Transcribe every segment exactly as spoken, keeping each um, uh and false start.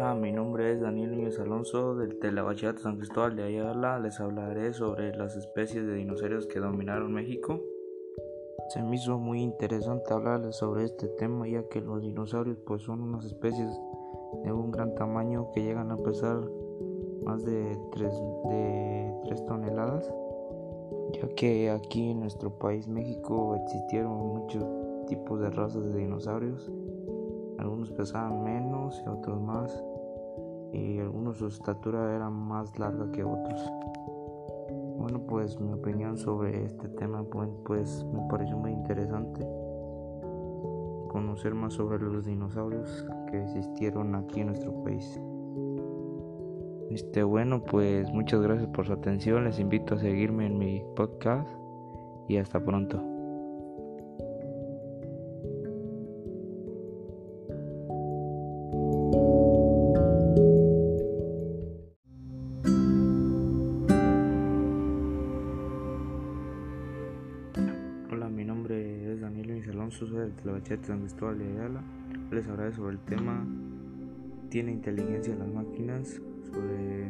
Hola, mi nombre es Daniel Núñez Alonso del Telebachillerato San Cristóbal de Ayala. Les hablaré sobre las especies de dinosaurios que dominaron México. Se me hizo muy interesante hablarles sobre este tema, ya que los dinosaurios pues son unas especies de un gran tamaño que llegan a pesar más de tres de tres toneladas, ya que aquí en nuestro país México existieron muchos tipos de razas de dinosaurios. Algunos pesaban menos y otros más, y algunos su estatura era más larga que otros. Bueno, pues mi opinión sobre este tema pues, pues me pareció muy interesante conocer más sobre los dinosaurios que existieron aquí en nuestro país. Este, bueno, pues muchas gracias por su atención. Les invito a seguirme en mi podcast y hasta pronto. Hola, mi nombre es Daniel Núñez Alonso, soy del Telebachillerato San Cristóbal de Ayala. Les hablaré sobre el tema ¿tiene inteligencia las máquinas? Sobre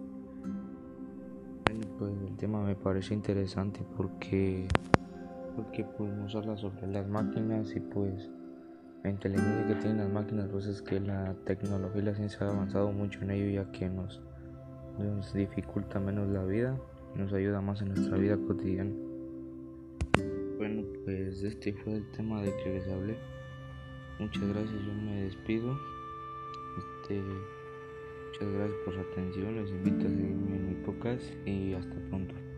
bueno, pues el tema me pareció interesante porque porque pues nos habla sobre las máquinas y pues la inteligencia que tienen las máquinas, pues es que la tecnología y la ciencia ha avanzado mucho en ello, ya que nos, nos dificulta menos la vida y nos ayuda más en nuestra vida cotidiana. Bueno, pues este fue el tema de que les hablé. Muchas gracias, yo me despido. Este, muchas gracias por su atención. Les invito a seguirme en mi podcast y hasta pronto.